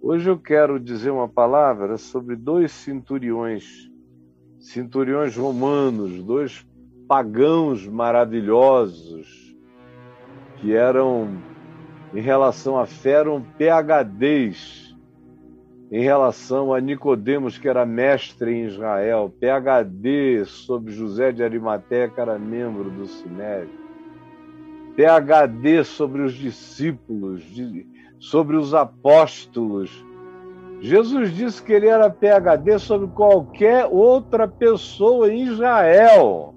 Hoje eu quero dizer uma palavra sobre dois centuriões romanos, dois pagãos maravilhosos, que eram, em relação à fé, eram PhDs, em relação a Nicodemos, que era mestre em Israel, PhD sobre José de Arimateia, que era membro do Sinédrio, PhD sobre os discípulos, sobre os apóstolos. Jesus disse que ele era PhD sobre qualquer outra pessoa em Israel.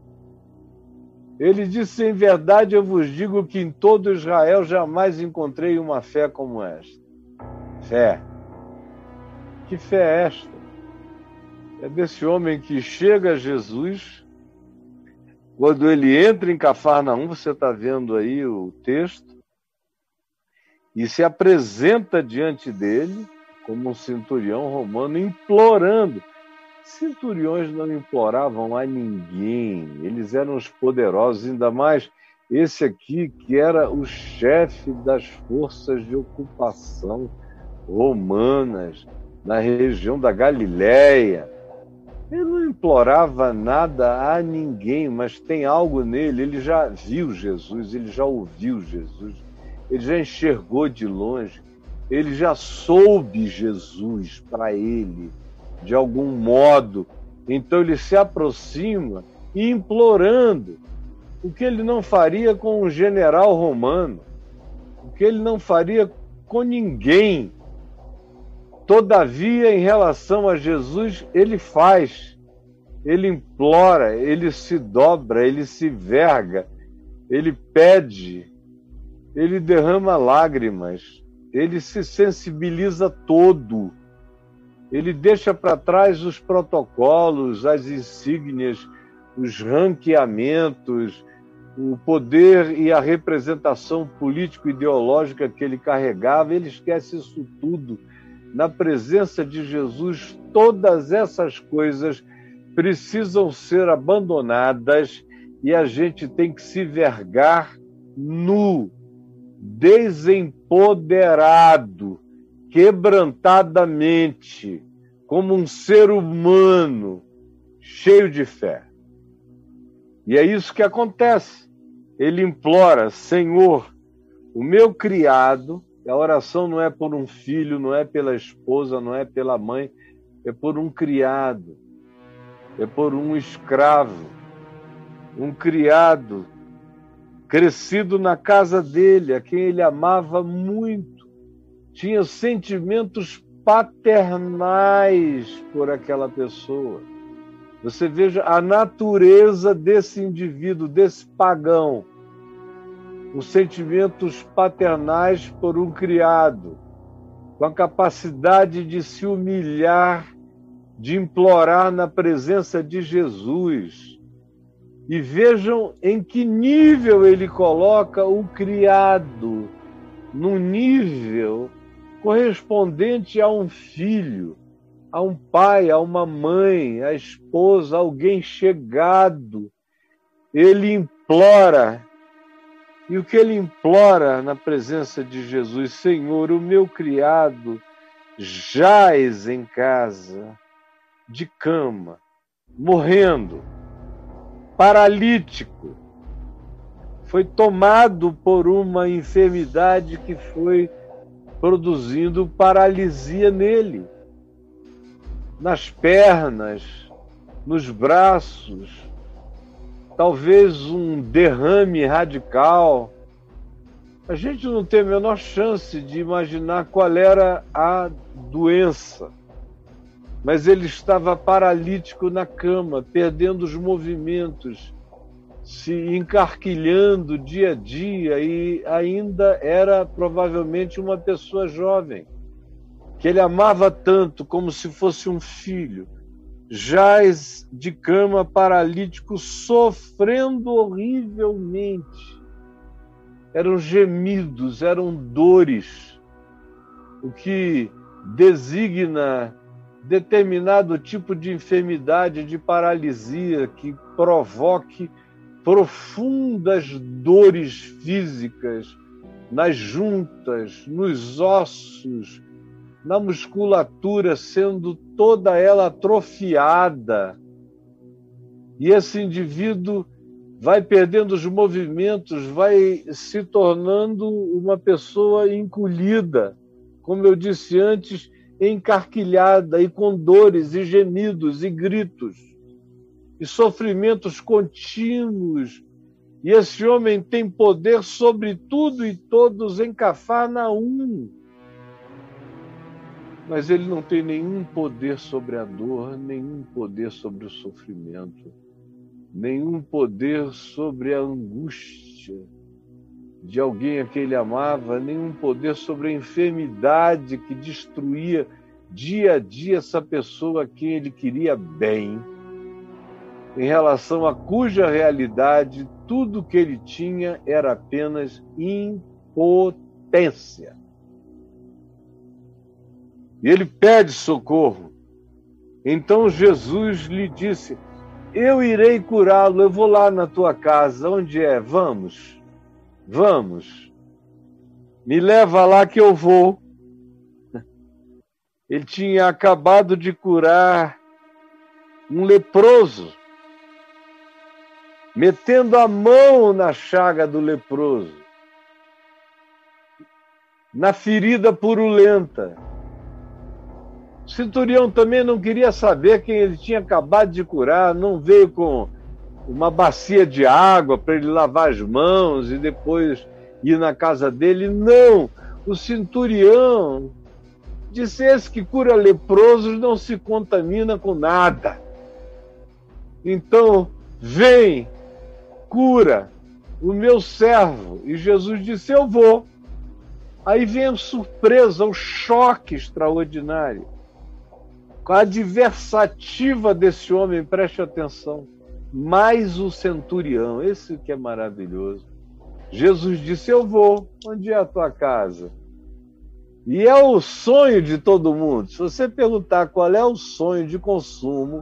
Ele disse: em verdade eu vos digo que em todo Israel jamais encontrei uma fé como esta. Fé. Que fé é esta? É desse homem que chega a Jesus. Quando ele entra em Cafarnaum, você está vendo aí o texto, e se apresenta diante dele como um centurião romano, implorando. Centuriões não imploravam a ninguém, eles eram os poderosos, ainda mais esse aqui, que era o chefe das forças de ocupação romanas na região da Galileia. Ele não implorava nada a ninguém, mas tem algo nele. Ele já viu Jesus, ele já ouviu Jesus, ele já enxergou de longe, ele já soube Jesus para ele, de algum modo. Então ele se aproxima e implorando o que ele não faria com um general romano, o que ele não faria com ninguém. Todavia, em relação a Jesus, ele faz, ele implora, ele se dobra, ele se verga, ele pede, ele derrama lágrimas, ele se sensibiliza todo, ele deixa para trás os protocolos, as insígnias, os ranqueamentos, o poder e a representação político-ideológica que ele carregava, ele esquece isso tudo. Na presença de Jesus, todas essas coisas precisam ser abandonadas e a gente tem que se vergar nu, desempoderado, quebrantadamente, como um ser humano cheio de fé. E é isso que acontece. Ele implora: Senhor, o meu criado. A oração não é por um filho, não é pela esposa, não é pela mãe, é por um criado, é por um escravo, um criado crescido na casa dele, a quem ele amava muito, tinha sentimentos paternais por aquela pessoa. Você veja a natureza desse indivíduo, desse pagão, os sentimentos paternais por um criado, com a capacidade de se humilhar, de implorar na presença de Jesus. E vejam em que nível ele coloca o criado, num nível correspondente a um filho, a um pai, a uma mãe, a esposa, alguém chegado. Ele implora. E o que ele implora na presença de Jesus? Senhor, o meu criado jaz em casa, de cama, morrendo, paralítico. Foi tomado por uma enfermidade que foi produzindo paralisia nele, nas pernas, nos braços, talvez um derrame radical. A gente não tem a menor chance de imaginar qual era a doença, mas ele estava paralítico na cama, perdendo os movimentos, se encarquilhando dia a dia, e ainda era provavelmente uma pessoa jovem, que ele amava tanto como se fosse um filho. Jaz de cama, paralítico, sofrendo horrivelmente. Eram gemidos, eram dores, o que designa determinado tipo de enfermidade, de paralisia, que provoque profundas dores físicas nas juntas, nos ossos, na musculatura, sendo toda ela atrofiada. E esse indivíduo vai perdendo os movimentos, vai se tornando uma pessoa encolhida, como eu disse antes, encarquilhada e com dores e gemidos e gritos e sofrimentos contínuos. E esse homem tem poder sobre tudo e todos em Cafarnaum. Mas ele não tem nenhum poder sobre a dor, nenhum poder sobre o sofrimento, nenhum poder sobre a angústia de alguém a quem ele amava, nenhum poder sobre a enfermidade que destruía dia a dia essa pessoa a quem ele queria bem, em relação a cuja realidade tudo que ele tinha era apenas impotência. E ele pede socorro. Então Jesus lhe disse: eu irei curá-lo, eu vou lá na tua casa. Onde é? Vamos, vamos. Me leva lá que eu vou. Ele tinha acabado de curar um leproso, metendo a mão na chaga do leproso, na ferida purulenta. O centurião também não queria saber quem ele tinha acabado de curar, não veio com uma bacia de água para ele lavar as mãos e depois ir na casa dele. Não, o centurião disse: esse que cura leprosos não se contamina com nada. Então, vem, cura o meu servo. E Jesus disse: eu vou. Aí vem a surpresa, o choque extraordinário. A adversativa desse homem, preste atenção, mais o centurião, esse que é maravilhoso. Jesus disse: eu vou. Onde é a tua casa? E é o sonho de todo mundo. Se você perguntar qual é o sonho de consumo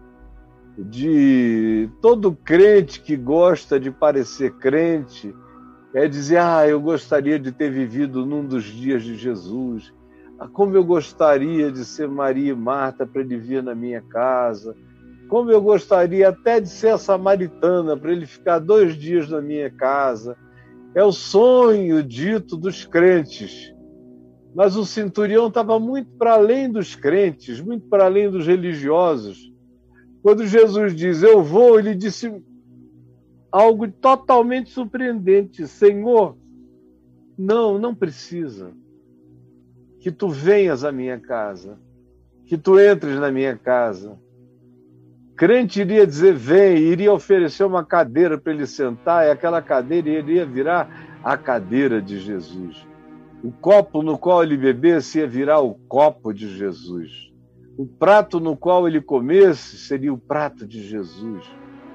de todo crente que gosta de parecer crente, é dizer: eu gostaria de ter vivido num dos dias de Jesus. Como eu gostaria de ser Maria e Marta para ele vir na minha casa. Como eu gostaria até de ser a samaritana para ele ficar 2 dias na minha casa. É o sonho dito dos crentes. Mas o centurião estava muito para além dos crentes, muito para além dos religiosos. Quando Jesus diz: eu vou, ele disse algo totalmente surpreendente: Senhor, não precisa que tu venhas à minha casa, que tu entres na minha casa. Crente iria dizer: vem, iria oferecer uma cadeira para ele sentar, e aquela cadeira iria virar a cadeira de Jesus. O copo no qual ele bebesse ia virar o copo de Jesus. O prato no qual ele comesse seria o prato de Jesus.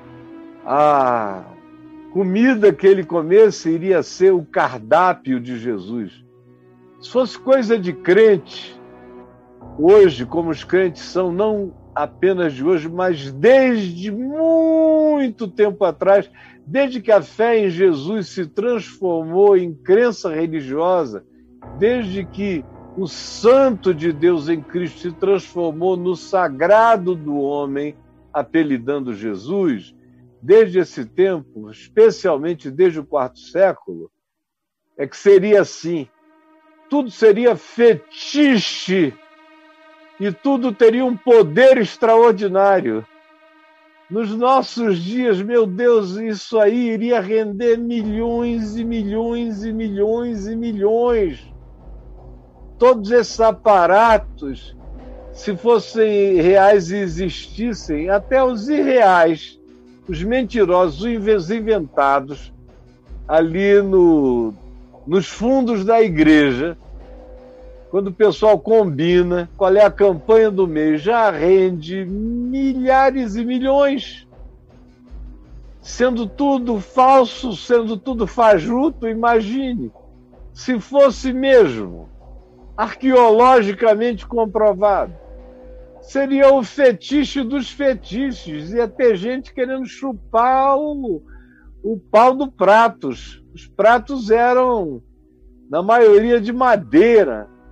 A comida que ele comesse iria ser o cardápio de Jesus. Se fosse coisa de crente, hoje, como os crentes são, não apenas de hoje, mas desde muito tempo atrás, desde que a fé em Jesus se transformou em crença religiosa, desde que o santo de Deus em Cristo se transformou no sagrado do homem, apelidando Jesus, desde esse tempo, especialmente desde o 4º século, é que seria assim. Tudo seria fetiche e tudo teria um poder extraordinário. Nos nossos dias, meu Deus, isso aí iria render milhões e milhões e milhões e milhões. Todos esses aparatos, se fossem reais e existissem, até os irreais, os mentirosos, os inventados, ali nos fundos da igreja, quando o pessoal combina qual é a campanha do mês, já rende milhares e milhões. Sendo tudo falso, sendo tudo fajuto, imagine, se fosse mesmo arqueologicamente comprovado, seria o fetiche dos fetiches, ia ter gente querendo chupar o pau do pratos. Os pratos eram, na maioria, de madeira,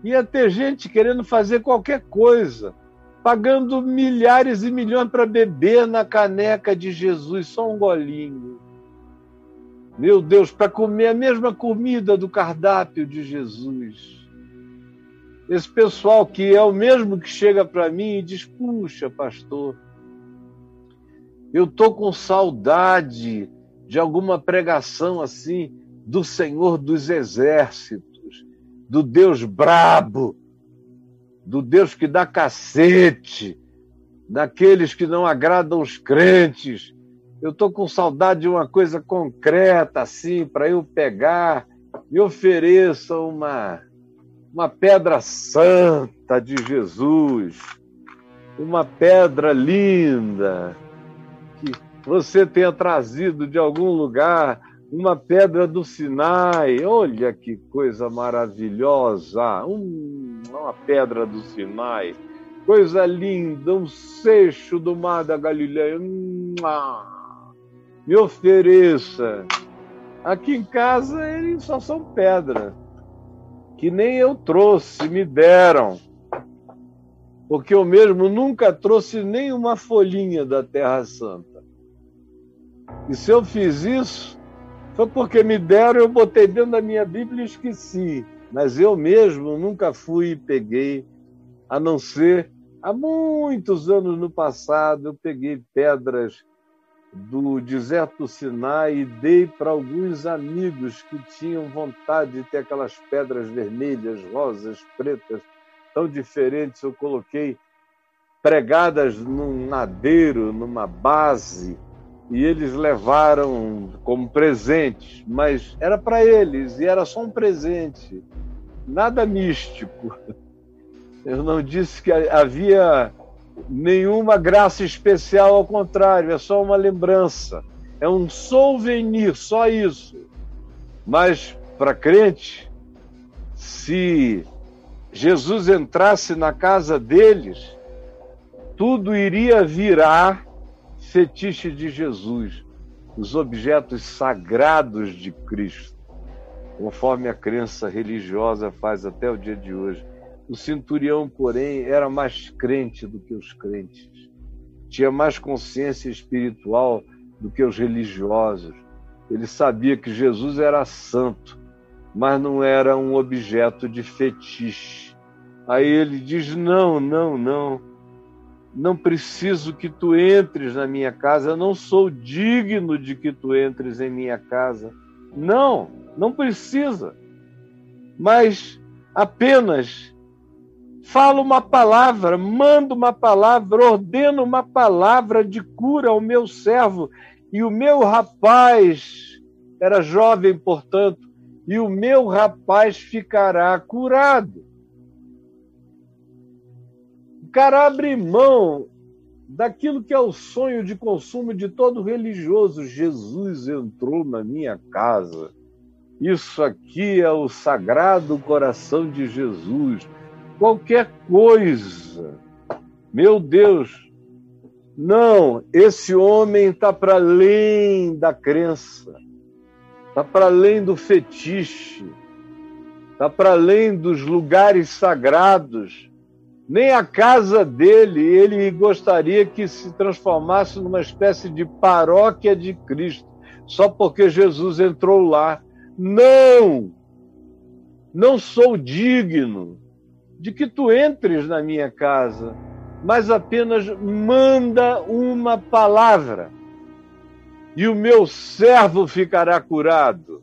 Ia ter gente querendo fazer qualquer coisa, pagando milhares e milhões para beber na caneca de Jesus, só um golinho. Meu Deus, para comer a mesma comida do cardápio de Jesus. Esse pessoal que é o mesmo que chega para mim e diz, puxa, pastor, eu estou com saudade de alguma pregação assim do Senhor dos Exércitos, do Deus brabo, do Deus que dá cacete, daqueles que não agradam os crentes. Eu estou com saudade de uma coisa concreta, assim, para eu pegar, me ofereça uma pedra santa de Jesus, uma pedra linda, que você tenha trazido de algum lugar, uma pedra do Sinai. Olha que coisa maravilhosa, uma pedra do Sinai, coisa linda, um seixo do mar da Galileia. Me ofereça. Aqui em casa eles só são pedra, que nem eu trouxe, me deram, porque eu mesmo nunca trouxe nem uma folhinha da Terra Santa. E se eu fiz isso, foi porque me deram, eu botei dentro da minha Bíblia e esqueci. Mas eu mesmo nunca fui e peguei, a não ser há muitos anos no passado, eu peguei pedras do deserto do Sinai e dei para alguns amigos que tinham vontade de ter aquelas pedras vermelhas, rosas, pretas, tão diferentes. Eu coloquei pregadas num madeiro, numa base, e eles levaram como presentes, mas era para eles e era só um presente, nada místico. Eu não disse que havia nenhuma graça especial, ao contrário, é só uma lembrança, é um souvenir, só isso. Mas para crente, se Jesus entrasse na casa deles, tudo iria virar fetiche de Jesus, os objetos sagrados de Cristo, conforme a crença religiosa faz até o dia de hoje. O centurião, porém, era mais crente do que os crentes. Tinha mais consciência espiritual do que os religiosos. Ele sabia que Jesus era santo, mas não era um objeto de fetiche. Aí ele diz, não preciso que tu entres na minha casa, eu não sou digno de que tu entres em minha casa. Não precisa. Mas apenas fala uma palavra, manda uma palavra, ordena uma palavra de cura ao meu servo. E o meu rapaz, era jovem, portanto, e o meu rapaz ficará curado. O cara abre mão daquilo que é o sonho de consumo de todo religioso. Jesus entrou na minha casa. Isso aqui é o Sagrado Coração de Jesus. Qualquer coisa. Meu Deus. Não, esse homem está para além da crença. Está para além do fetiche. Está para além dos lugares sagrados. Nem a casa dele, ele gostaria que se transformasse numa espécie de paróquia de Cristo, só porque Jesus entrou lá. Não sou digno de que tu entres na minha casa, mas apenas manda uma palavra e o meu servo ficará curado.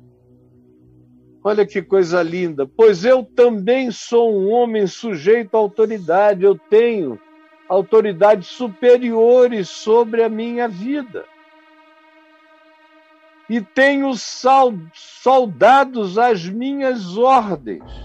Olha que coisa linda, pois eu também sou um homem sujeito à autoridade, eu tenho autoridades superiores sobre a minha vida. E tenho soldados às minhas ordens.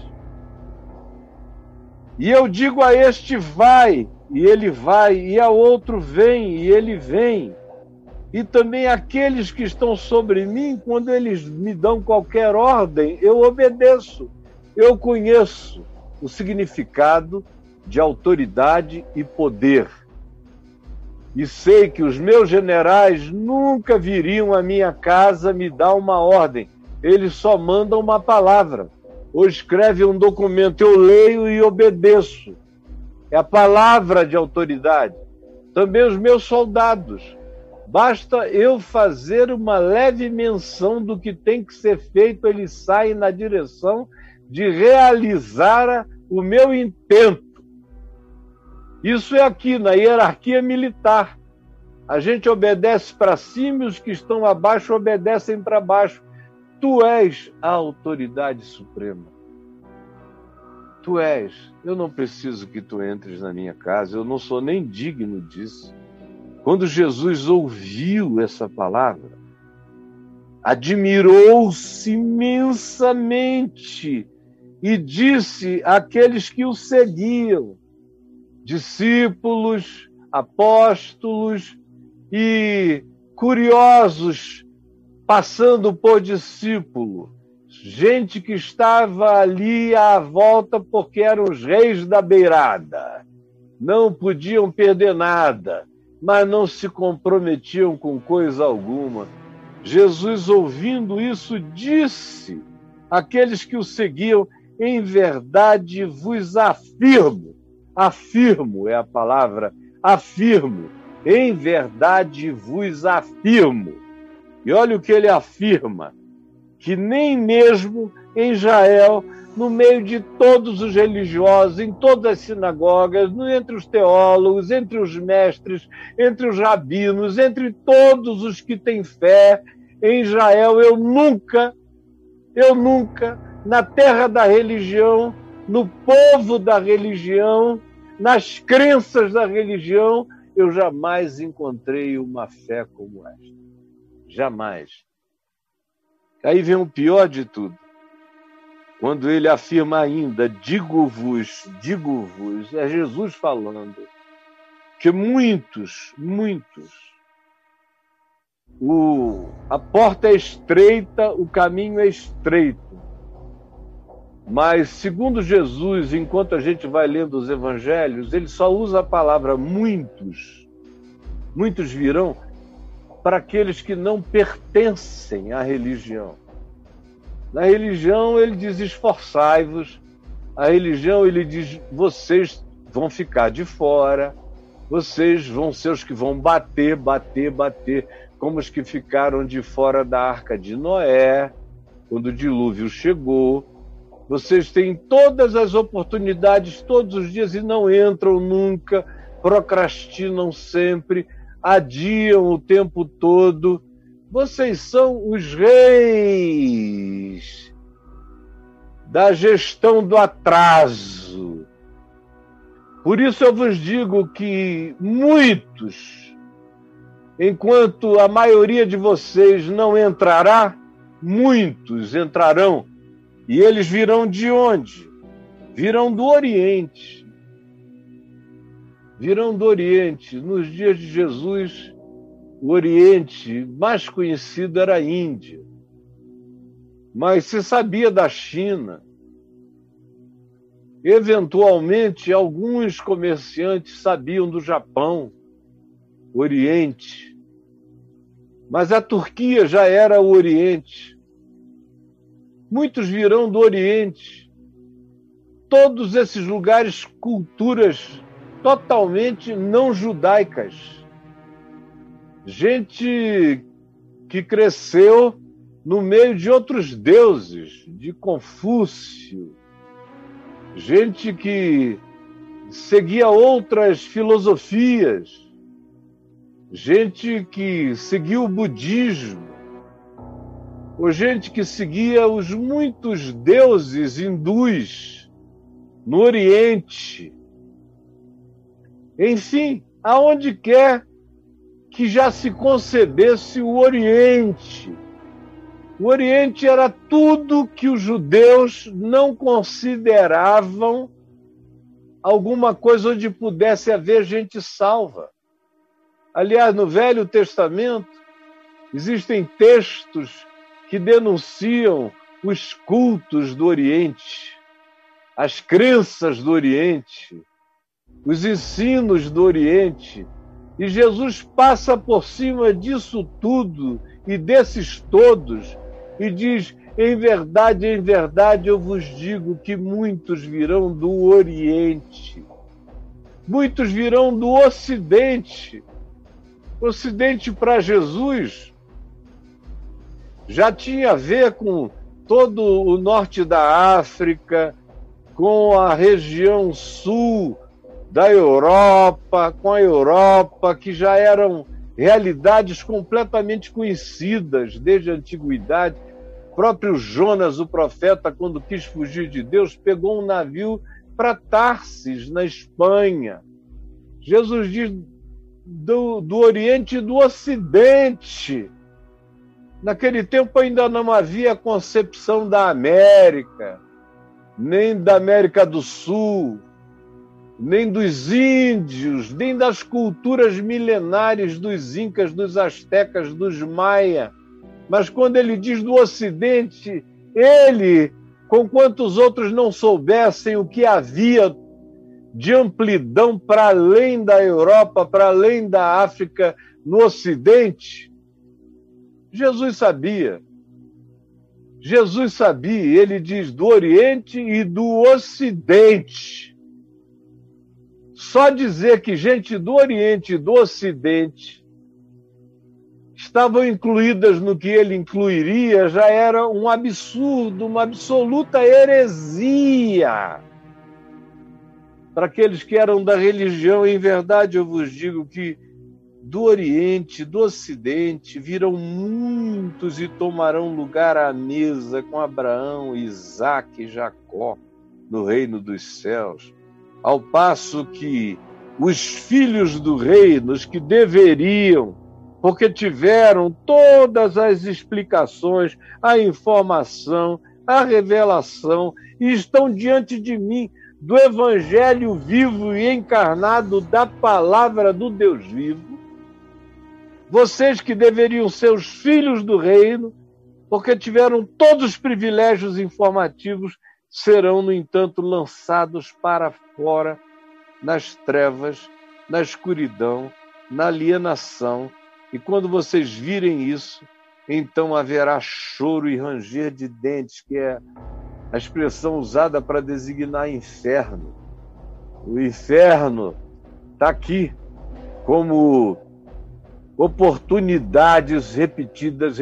E eu digo a este, vai, e ele vai, e a outro, vem, e ele vem. E também aqueles que estão sobre mim, quando eles me dão qualquer ordem, eu obedeço. Eu conheço o significado de autoridade e poder. E sei que os meus generais nunca viriam à minha casa me dar uma ordem. Eles só mandam uma palavra. ou escreve um documento, eu leio e obedeço. É a palavra de autoridade. Também os meus soldados. Basta eu fazer uma leve menção do que tem que ser feito, eles saem na direção de realizar o meu intento. Isso é aqui, na hierarquia militar. A gente obedece para cima e os que estão abaixo obedecem para baixo. Tu és a autoridade suprema. Tu és. Eu não preciso que tu entres na minha casa, eu não sou nem digno disso. Quando Jesus ouviu essa palavra, admirou-se imensamente e disse àqueles que o seguiam, discípulos, apóstolos e curiosos, passando por discípulo, gente que estava ali à volta porque eram os reis da beirada, não podiam perder nada, mas não se comprometiam com coisa alguma. Jesus, ouvindo isso, disse àqueles que o seguiam, em verdade vos afirmo é a palavra, afirmo, em verdade vos afirmo. E olha o que ele afirma, que nem mesmo em Israel, no meio de todos os religiosos, em todas as sinagogas, entre os teólogos, entre os mestres, entre os rabinos, entre todos os que têm fé, em Israel eu nunca, na terra da religião, no povo da religião, nas crenças da religião, eu jamais encontrei uma fé como esta. Jamais. Aí vem o pior de tudo. Quando ele afirma ainda, digo-vos, é Jesus falando, que muitos, a porta é estreita, o caminho é estreito. Mas, segundo Jesus, enquanto a gente vai lendo os evangelhos, ele só usa a palavra muitos. Muitos virão para aqueles que não pertencem à religião. Na religião, ele diz, esforçai-vos. A religião, ele diz, vocês vão ficar de fora. Vocês vão ser os que vão bater, como os que ficaram de fora da arca de Noé, quando o dilúvio chegou. Vocês têm todas as oportunidades todos os dias e não entram nunca, procrastinam sempre, adiam o tempo todo. Vocês são os reis da gestão do atraso. Por isso eu vos digo que muitos, enquanto a maioria de vocês não entrará, muitos entrarão. E eles virão de onde? Virão do Oriente. Virão do Oriente. Nos dias de Jesus, o Oriente mais conhecido era a Índia. Mas se sabia da China. Eventualmente, alguns comerciantes sabiam do Japão, Oriente. Mas a Turquia já era o Oriente. Muitos virão do Oriente. Todos esses lugares, culturas totalmente não judaicas. Gente que cresceu no meio de outros deuses, de Confúcio. Gente que seguia outras filosofias. Gente que seguia o budismo. Ou gente que seguia os muitos deuses hindus no Oriente. Enfim, aonde quer que já se concebesse o Oriente. O Oriente era tudo que os judeus não consideravam alguma coisa onde pudesse haver gente salva. Aliás, no Velho Testamento, existem textos que denunciam os cultos do Oriente, as crenças do Oriente, os ensinos do Oriente. E Jesus passa por cima disso tudo e desses todos e diz, Em verdade, eu vos digo que muitos virão do Oriente, muitos virão do Ocidente. Ocidente para Jesus já tinha a ver com todo o norte da África, com a região sul da Europa, com a Europa, que já eram realidades completamente conhecidas desde a antiguidade. O próprio Jonas, o profeta, quando quis fugir de Deus, pegou um navio para Tarsis, na Espanha. Jesus diz do Oriente e do Ocidente. Naquele tempo ainda não havia concepção da América, nem da América do Sul, nem dos índios, nem das culturas milenares dos incas, dos astecas, dos maia. Mas quando ele diz do Ocidente, ele, conquanto os outros não soubessem o que havia de amplidão para além da Europa, para além da África, no Ocidente, Jesus sabia. Jesus sabia, ele diz do Oriente e do Ocidente. Só dizer que gente do Oriente e do Ocidente estavam incluídas no que ele incluiria já era um absurdo, uma absoluta heresia. Para aqueles que eram da religião, em verdade eu vos digo que do Oriente, do Ocidente, virão muitos e tomarão lugar à mesa com Abraão, Isaque e Jacó no reino dos céus. Ao passo que os filhos do reino, os que deveriam, porque tiveram todas as explicações, a informação, a revelação, e estão diante de mim do Evangelho vivo e encarnado da palavra do Deus vivo. Vocês que deveriam ser os filhos do reino, porque tiveram todos os privilégios informativos, serão, no entanto, lançados para fora, nas trevas, na escuridão, na alienação. E quando vocês virem isso, então haverá choro e ranger de dentes, que é a expressão usada para designar inferno. O inferno está aqui como oportunidades repetidas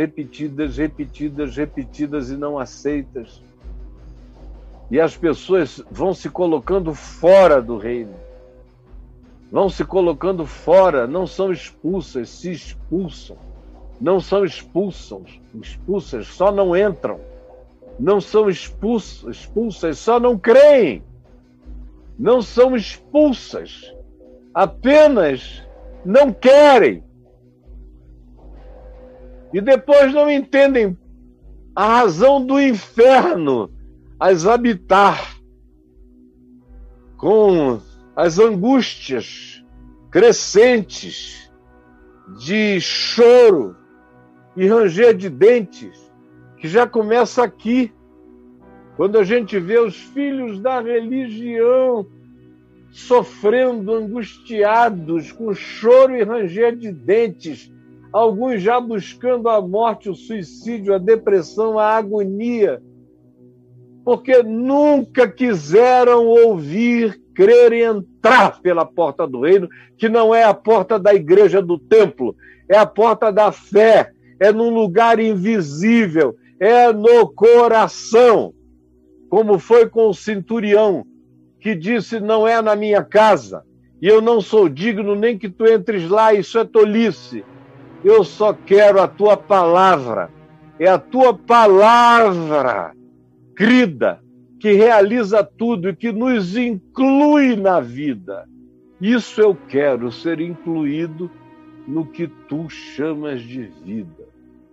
e não aceitas. E as pessoas vão se colocando fora do reino. Vão se colocando fora, não são expulsas, se expulsam. Não são expulsas, só não entram. Não são expulsas, só não creem. Não são expulsas, apenas não querem. E depois não entendem a razão do inferno as habitar, com as angústias crescentes de choro e ranger de dentes, que já começa aqui, quando a gente vê os filhos da religião sofrendo, angustiados, com choro e ranger de dentes, alguns já buscando a morte, o suicídio, a depressão, a agonia, porque nunca quiseram ouvir, crer e entrar pela porta do reino, que não é a porta da igreja do templo, é a porta da fé, é num lugar invisível, é no coração, como foi com o centurião, que disse, não é na minha casa, e eu não sou digno nem que tu entres lá, isso é tolice. Eu só quero a tua palavra. É a tua palavra, crida, que realiza tudo e que nos inclui na vida. Isso eu quero, ser incluído no que tu chamas de vida.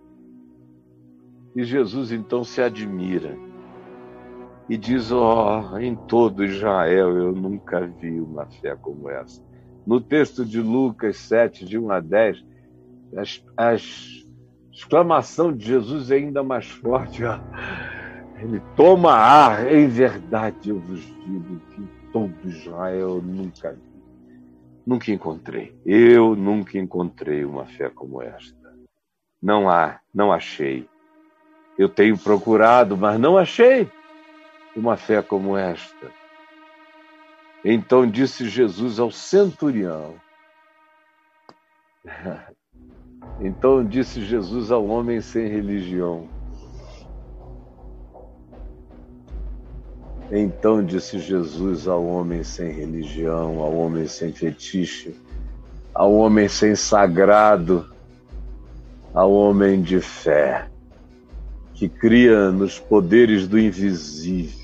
E Jesus então se admira e diz, em todo Israel eu nunca vi uma fé como essa. No texto de Lucas 7, de 1 a 10, a exclamação de Jesus é ainda mais forte. Ele toma ar. Em verdade, eu vos digo que todo Israel eu nunca encontrei. Eu nunca encontrei uma fé como esta. Não achei. Eu tenho procurado, mas não achei uma fé como esta. Então disse Jesus ao centurião. Então disse Jesus ao homem sem religião. Então disse Jesus ao homem sem religião, ao homem sem fetiche, ao homem sem sagrado, ao homem de fé, que cria nos poderes do invisível.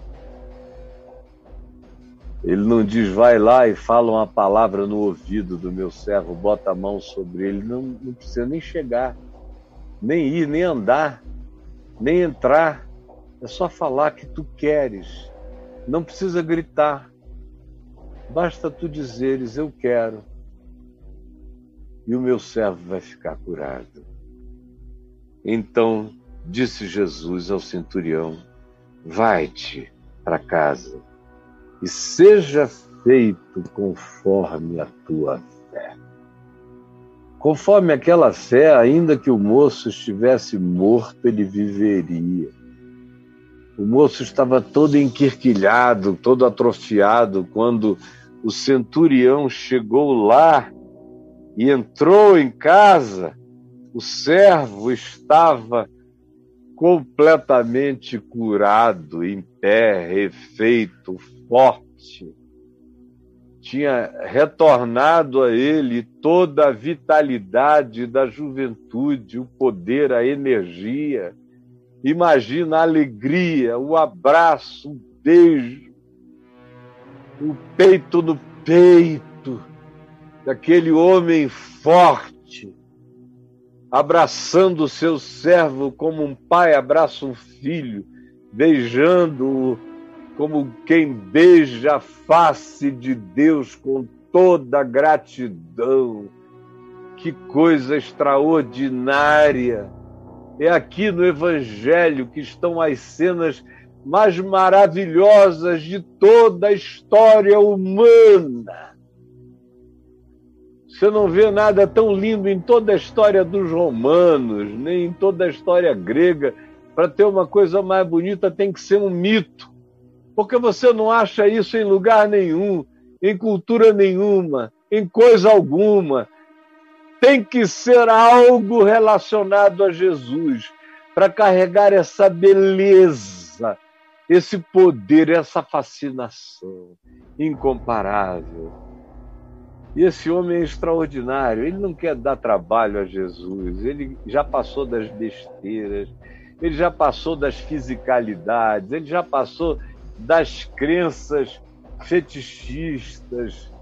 Ele não diz, vai lá e fala uma palavra no ouvido do meu servo, bota a mão sobre ele. Não precisa nem chegar, nem ir, nem andar, nem entrar. É só falar que tu queres. Não precisa gritar. Basta tu dizeres, eu quero. E o meu servo vai ficar curado. Então disse Jesus ao centurião, vai-te para casa e seja feito conforme a tua fé. Conforme aquela fé, ainda que o moço estivesse morto, ele viveria. O moço estava todo enquirquilhado, todo atrofiado, quando o centurião chegou lá e entrou em casa. O servo estava completamente curado, em pé, refeito, forte. Tinha retornado a ele toda a vitalidade da juventude, o poder, a energia. Imagina a alegria, o abraço, o beijo, o peito no peito daquele homem forte, abraçando o seu servo como um pai abraça um filho, beijando-o como quem beija a face de Deus com toda a gratidão. Que coisa extraordinária! É aqui no Evangelho que estão as cenas mais maravilhosas de toda a história humana. Você não vê nada tão lindo em toda a história dos romanos, nem em toda a história grega. Para ter uma coisa mais bonita tem que ser um mito. Porque você não acha isso em lugar nenhum, em cultura nenhuma, em coisa alguma. Tem que ser algo relacionado a Jesus para carregar essa beleza, esse poder, essa fascinação incomparável. E esse homem é extraordinário. Ele não quer dar trabalho a Jesus. Ele já passou das besteiras, ele já passou das fisicalidades, ele já passou das crenças fetichistas.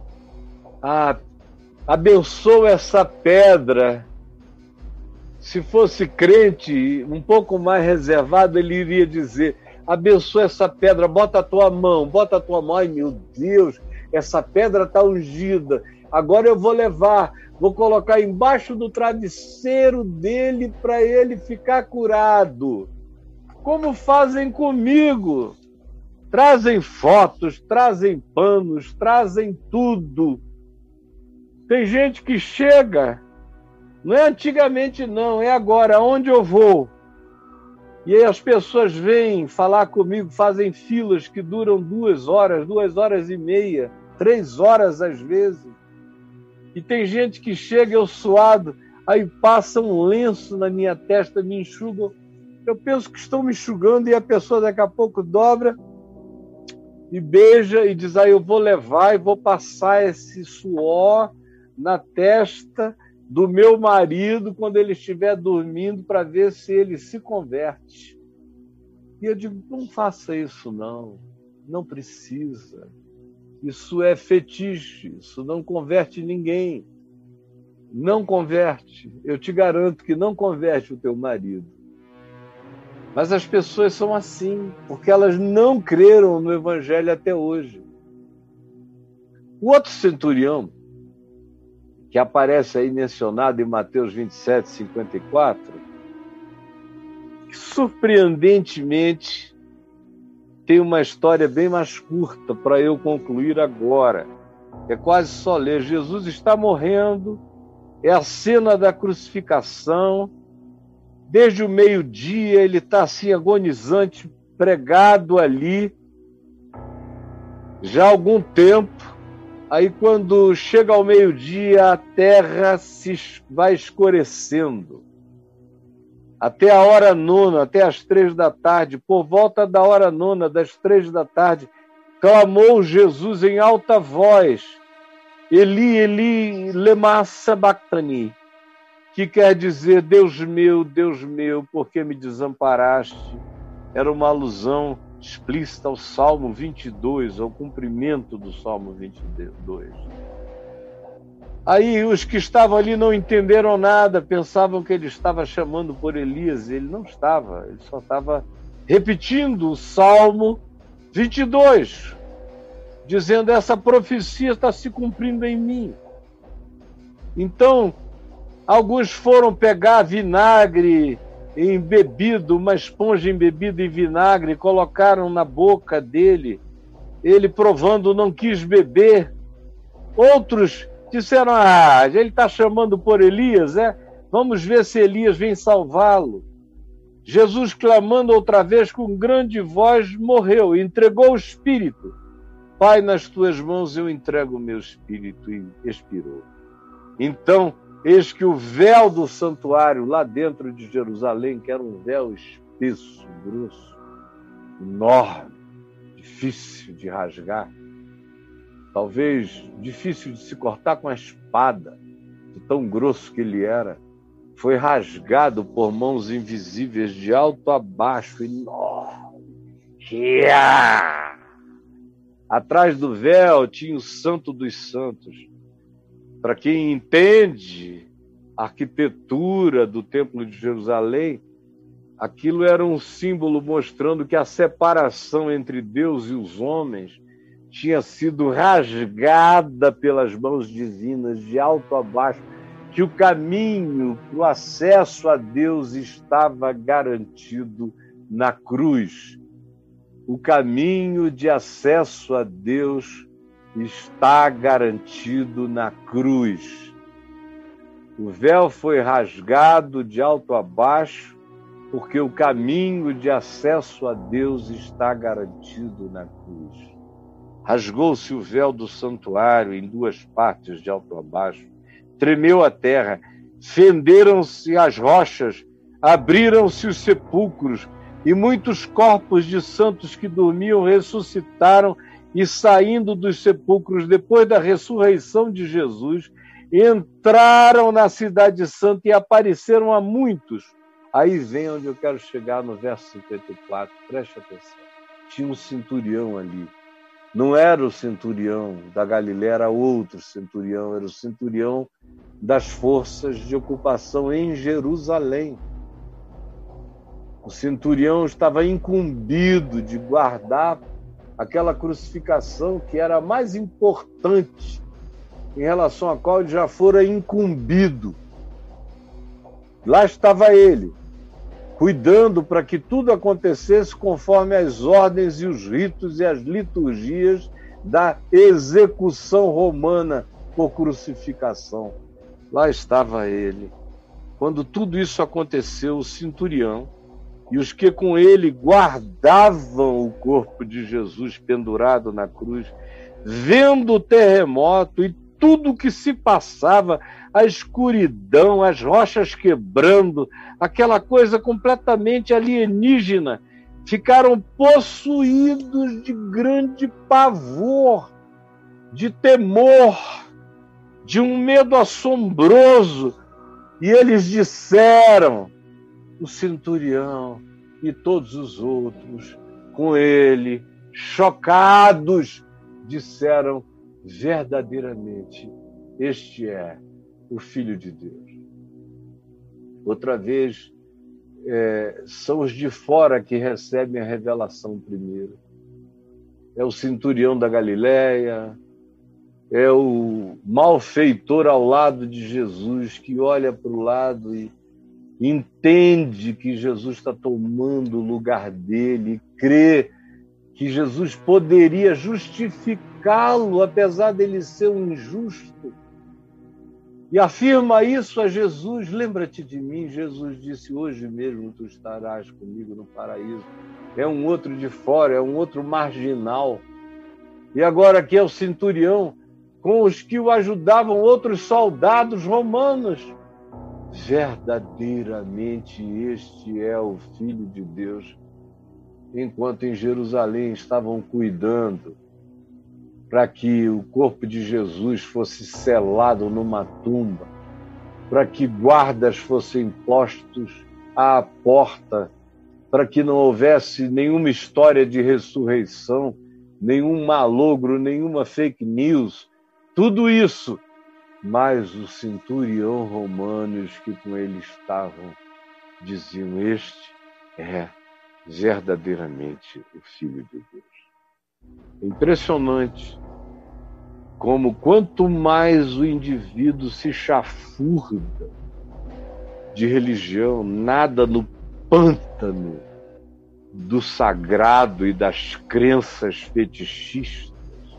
Abençoa essa pedra. Se fosse crente, um pouco mais reservado, ele iria dizer, abençoa essa pedra, bota a tua mão. Ai, meu Deus, essa pedra está ungida. Agora eu vou levar, vou colocar embaixo do travesseiro dele para ele ficar curado. Como fazem comigo. Trazem fotos, trazem panos, trazem tudo. Tem gente que chega, não é antigamente não, é agora, onde eu vou. E aí as pessoas vêm falar comigo, fazem filas que duram 2 horas, 2h30, 3 horas às vezes. E tem gente que chega, eu suado, aí passa um lenço na minha testa, me enxugam. Eu penso que estão me enxugando e a pessoa daqui a pouco dobra e beija e diz, eu vou levar e vou passar esse suor na testa do meu marido quando ele estiver dormindo para ver se ele se converte. E eu digo, não faça isso não precisa. Isso é fetiche, isso não converte ninguém. Não converte. Eu te garanto que não converte o teu marido. Mas as pessoas são assim, porque elas não creram no Evangelho até hoje. O outro centurião, que aparece aí mencionado em Mateus 27, 54, que surpreendentemente tem uma história bem mais curta para eu concluir agora. É quase só ler. Jesus está morrendo, é a cena da crucificação, Desde o meio-dia ele está assim agonizante, pregado ali, já há algum tempo. Aí quando chega ao meio-dia, a terra vai escurecendo. Até a hora nona, até as 3 da tarde, por volta da hora nona, das 3 da tarde, clamou Jesus em alta voz, Eli, Eli, lema sabachthani, que quer dizer, Deus meu, por que me desamparaste? Era uma alusão explícita ao Salmo 22, ao cumprimento do Salmo 22. Aí os que estavam ali não entenderam nada, pensavam que ele estava chamando por Elias. Ele não estava, ele só estava repetindo o Salmo 22, dizendo, essa profecia está se cumprindo em mim. Então, alguns foram pegar vinagre embebido, uma esponja embebida em vinagre, colocaram na boca dele, ele provando não quis beber. Outros disseram, ele está chamando por Elias, vamos ver se Elias vem salvá-lo. Jesus, clamando outra vez com grande voz, morreu, entregou o espírito. Pai, nas tuas mãos eu entrego o meu espírito, e expirou. Então, eis que o véu do santuário lá dentro de Jerusalém, que era um véu espesso, grosso, enorme, difícil de rasgar, talvez difícil de se cortar com a espada, de tão grosso que ele era, foi rasgado por mãos invisíveis de alto a baixo, enorme. Atrás do véu tinha o Santo dos Santos. Para quem entende a arquitetura do Templo de Jerusalém, aquilo era um símbolo mostrando que a separação entre Deus e os homens tinha sido rasgada pelas mãos divinas, de alto a baixo, que o caminho para o acesso a Deus estava garantido na cruz. O caminho de acesso a Deus está garantido na cruz. O véu foi rasgado de alto a baixo, porque o caminho de acesso a Deus está garantido na cruz. Rasgou-se o véu do santuário em 2 partes, de alto a baixo. Tremeu a terra, fenderam-se as rochas, abriram-se os sepulcros, e muitos corpos de santos que dormiam ressuscitaram e, saindo dos sepulcros depois da ressurreição de Jesus, entraram na cidade santa e apareceram a muitos. Aí vem onde eu quero chegar, no verso 54, preste atenção. Tinha um centurião ali. Não era o centurião da Galiléia, era outro centurião, era o centurião das forças de ocupação em Jerusalém. O centurião estava incumbido de guardar aquela crucificação que era a mais importante, em relação à qual ele já fora incumbido. Lá estava ele, cuidando para que tudo acontecesse conforme as ordens e os ritos e as liturgias da execução romana por crucificação. Lá estava ele. Quando tudo isso aconteceu, o centurião e os que com ele guardavam o corpo de Jesus pendurado na cruz, vendo o terremoto e tudo o que se passava, a escuridão, as rochas quebrando, aquela coisa completamente alienígena, ficaram possuídos de grande pavor, de temor, de um medo assombroso. E eles disseram, o centurião e todos os outros com ele, chocados, disseram, verdadeiramente, este é o Filho de Deus. Outra vez, são os de fora que recebem a revelação primeiro. É o centurião da Galiléia, é o malfeitor ao lado de Jesus, que olha para o lado e entende que Jesus está tomando o lugar dele, e crê que Jesus poderia justificá-lo, apesar dele ser um injusto. e afirma isso a Jesus. Lembra-te de mim, Jesus disse, hoje mesmo tu estarás comigo no paraíso. É um outro de fora, é um outro marginal. E agora aqui é o centurião, com os que o ajudavam outros soldados romanos. Verdadeiramente este é o Filho de Deus. Enquanto em Jerusalém estavam cuidando para que o corpo de Jesus fosse selado numa tumba, para que guardas fossem postos à porta, para que não houvesse nenhuma história de ressurreição, nenhum malogro, nenhuma fake news, tudo isso. Mas o centurião romano e os que com ele estavam diziam, este é verdadeiramente o Filho de Deus. Impressionante como quanto mais o indivíduo se chafurda de religião, nada no pântano do sagrado e das crenças fetichistas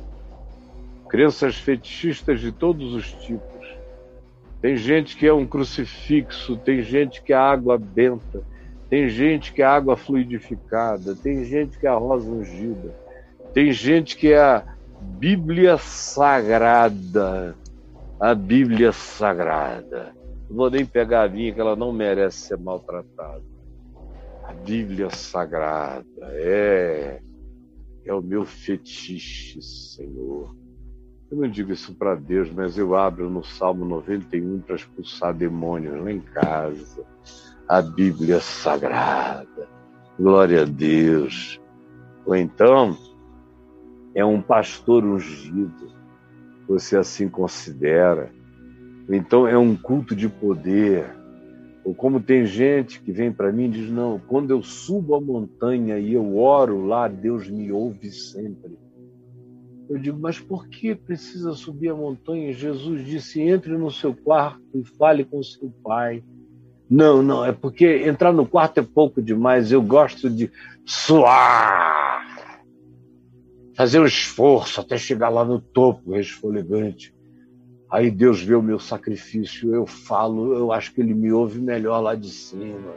de todos os tipos. Tem gente que é um crucifixo, tem gente que é água benta, tem gente que é água fluidificada, tem gente que é a rosa ungida, tem gente que é a Bíblia Sagrada. A Bíblia Sagrada. Não vou nem pegar a minha, que ela não merece ser maltratada. A Bíblia Sagrada é o meu fetiche, Senhor. Eu não digo isso para Deus, mas eu abro no Salmo 91 para expulsar demônios lá em casa. A Bíblia Sagrada. Glória a Deus. Ou então, é um pastor ungido, você assim considera. Ou então é um culto de poder. Ou como tem gente que vem para mim e diz, não, quando eu subo a montanha e eu oro lá, Deus me ouve sempre. Eu digo, mas por que precisa subir a montanha? Jesus disse, entre no seu quarto e fale com seu pai. Não, é porque entrar no quarto é pouco demais, eu gosto de suar, fazer um esforço até chegar lá no topo, resfolegante. Aí Deus vê o meu sacrifício, eu falo, eu acho que Ele me ouve melhor lá de cima.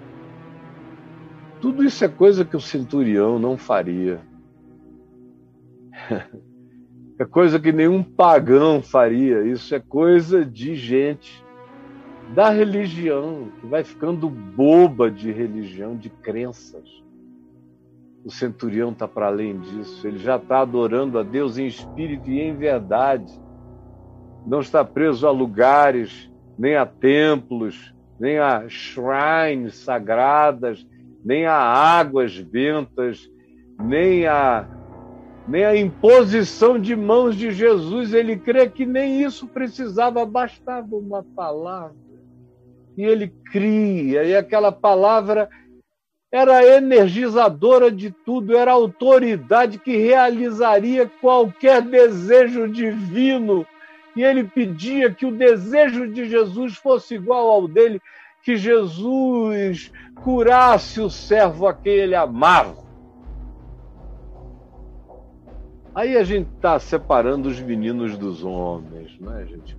Tudo isso é coisa que o centurião não faria. É coisa que nenhum pagão faria. Isso é coisa de gente da religião, que vai ficando boba de religião, de crenças. O centurião está para além disso. Ele já está adorando a Deus em espírito e em verdade. Não está preso a lugares, nem a templos, nem a shrines sagradas, nem a águas bentas, nem a imposição de mãos de Jesus. Ele crê que nem isso precisava, bastava uma palavra. E ele cria, e aquela palavra era energizadora de tudo, era a autoridade que realizaria qualquer desejo divino. E ele pedia que o desejo de Jesus fosse igual ao dele, que Jesus curasse o servo a quem ele amava. Aí a gente está separando os meninos dos homens, não é, gente?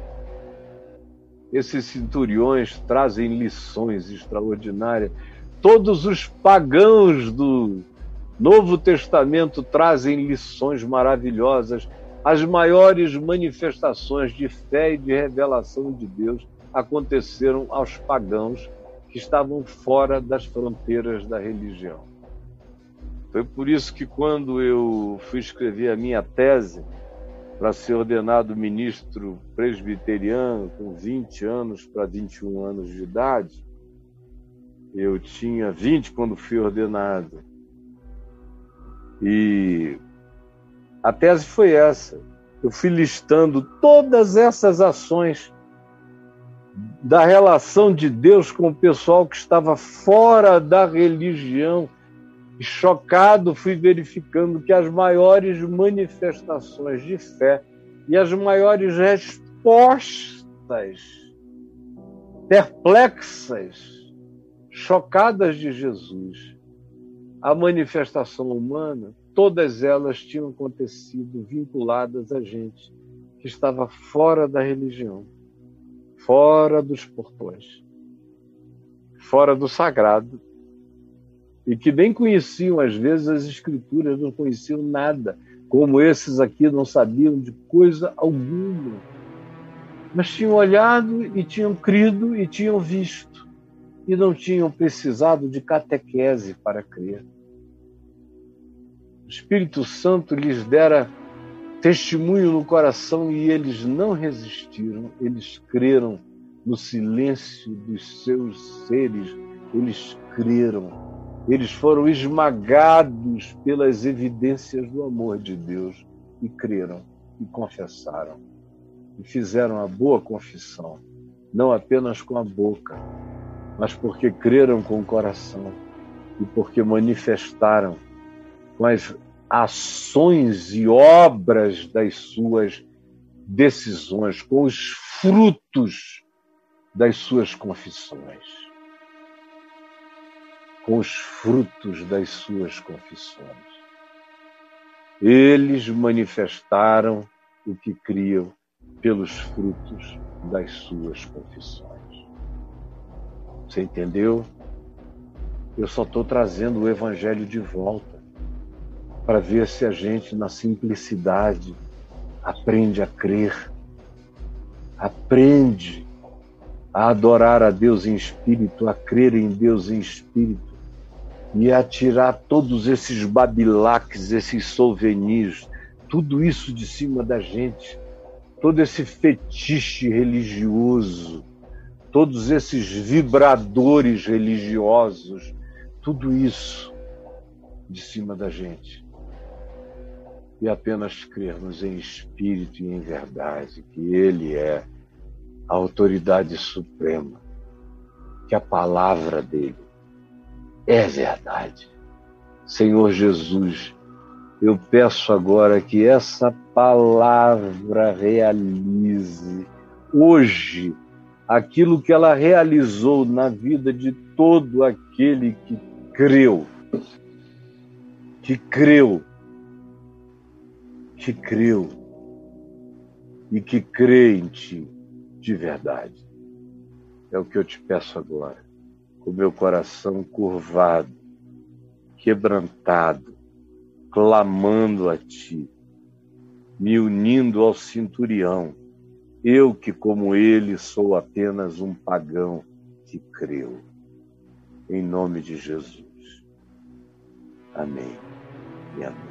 Esses centuriões trazem lições extraordinárias. Todos os pagãos do Novo Testamento trazem lições maravilhosas. As maiores manifestações de fé e de revelação de Deus aconteceram aos pagãos que estavam fora das fronteiras da religião. Foi por isso que quando eu fui escrever a minha tese para ser ordenado ministro presbiteriano com 20 anos para 21 anos de idade, eu tinha 20 quando fui ordenado. E a tese foi essa. Eu fui listando todas essas ações da relação de Deus com o pessoal que estava fora da religião. E chocado, fui verificando que as maiores manifestações de fé e as maiores respostas perplexas, chocadas de Jesus à manifestação humana, todas elas tinham acontecido vinculadas a gente que estava fora da religião. fora dos portões, fora do sagrado, e que nem conheciam, às vezes, as Escrituras, não conheciam nada, como esses aqui não sabiam de coisa alguma, mas tinham olhado e tinham crido e tinham visto, e não tinham precisado de catequese para crer. O Espírito Santo lhes dera testemunho no coração e eles não resistiram, eles creram no silêncio dos seus seres, eles creram, eles foram esmagados pelas evidências do amor de Deus e creram e confessaram e fizeram a boa confissão, não apenas com a boca, mas porque creram com o coração e porque manifestaram com as ações e obras das suas decisões, com os frutos das suas confissões. Com os frutos das suas confissões. Eles manifestaram o que criam pelos frutos das suas confissões. Você entendeu? Eu só estou trazendo o Evangelho de volta para ver se a gente, na simplicidade, aprende a crer, aprende a adorar a Deus em espírito, a crer em Deus em espírito e a tirar todos esses babilaques, esses souvenirs, tudo isso de cima da gente, todo esse fetiche religioso, todos esses vibradores religiosos, tudo isso de cima da gente. E apenas crermos em espírito e em verdade, que Ele é a autoridade suprema, que a palavra dele é verdade. Senhor Jesus, eu peço agora que essa palavra realize hoje aquilo que ela realizou na vida de todo aquele que creu, e que crê em Ti de verdade. É o que eu te peço agora, com meu coração curvado, quebrantado, clamando a Ti, me unindo ao centurião, eu que, como ele, sou apenas um pagão que creu. Em nome de Jesus. Amém e amém.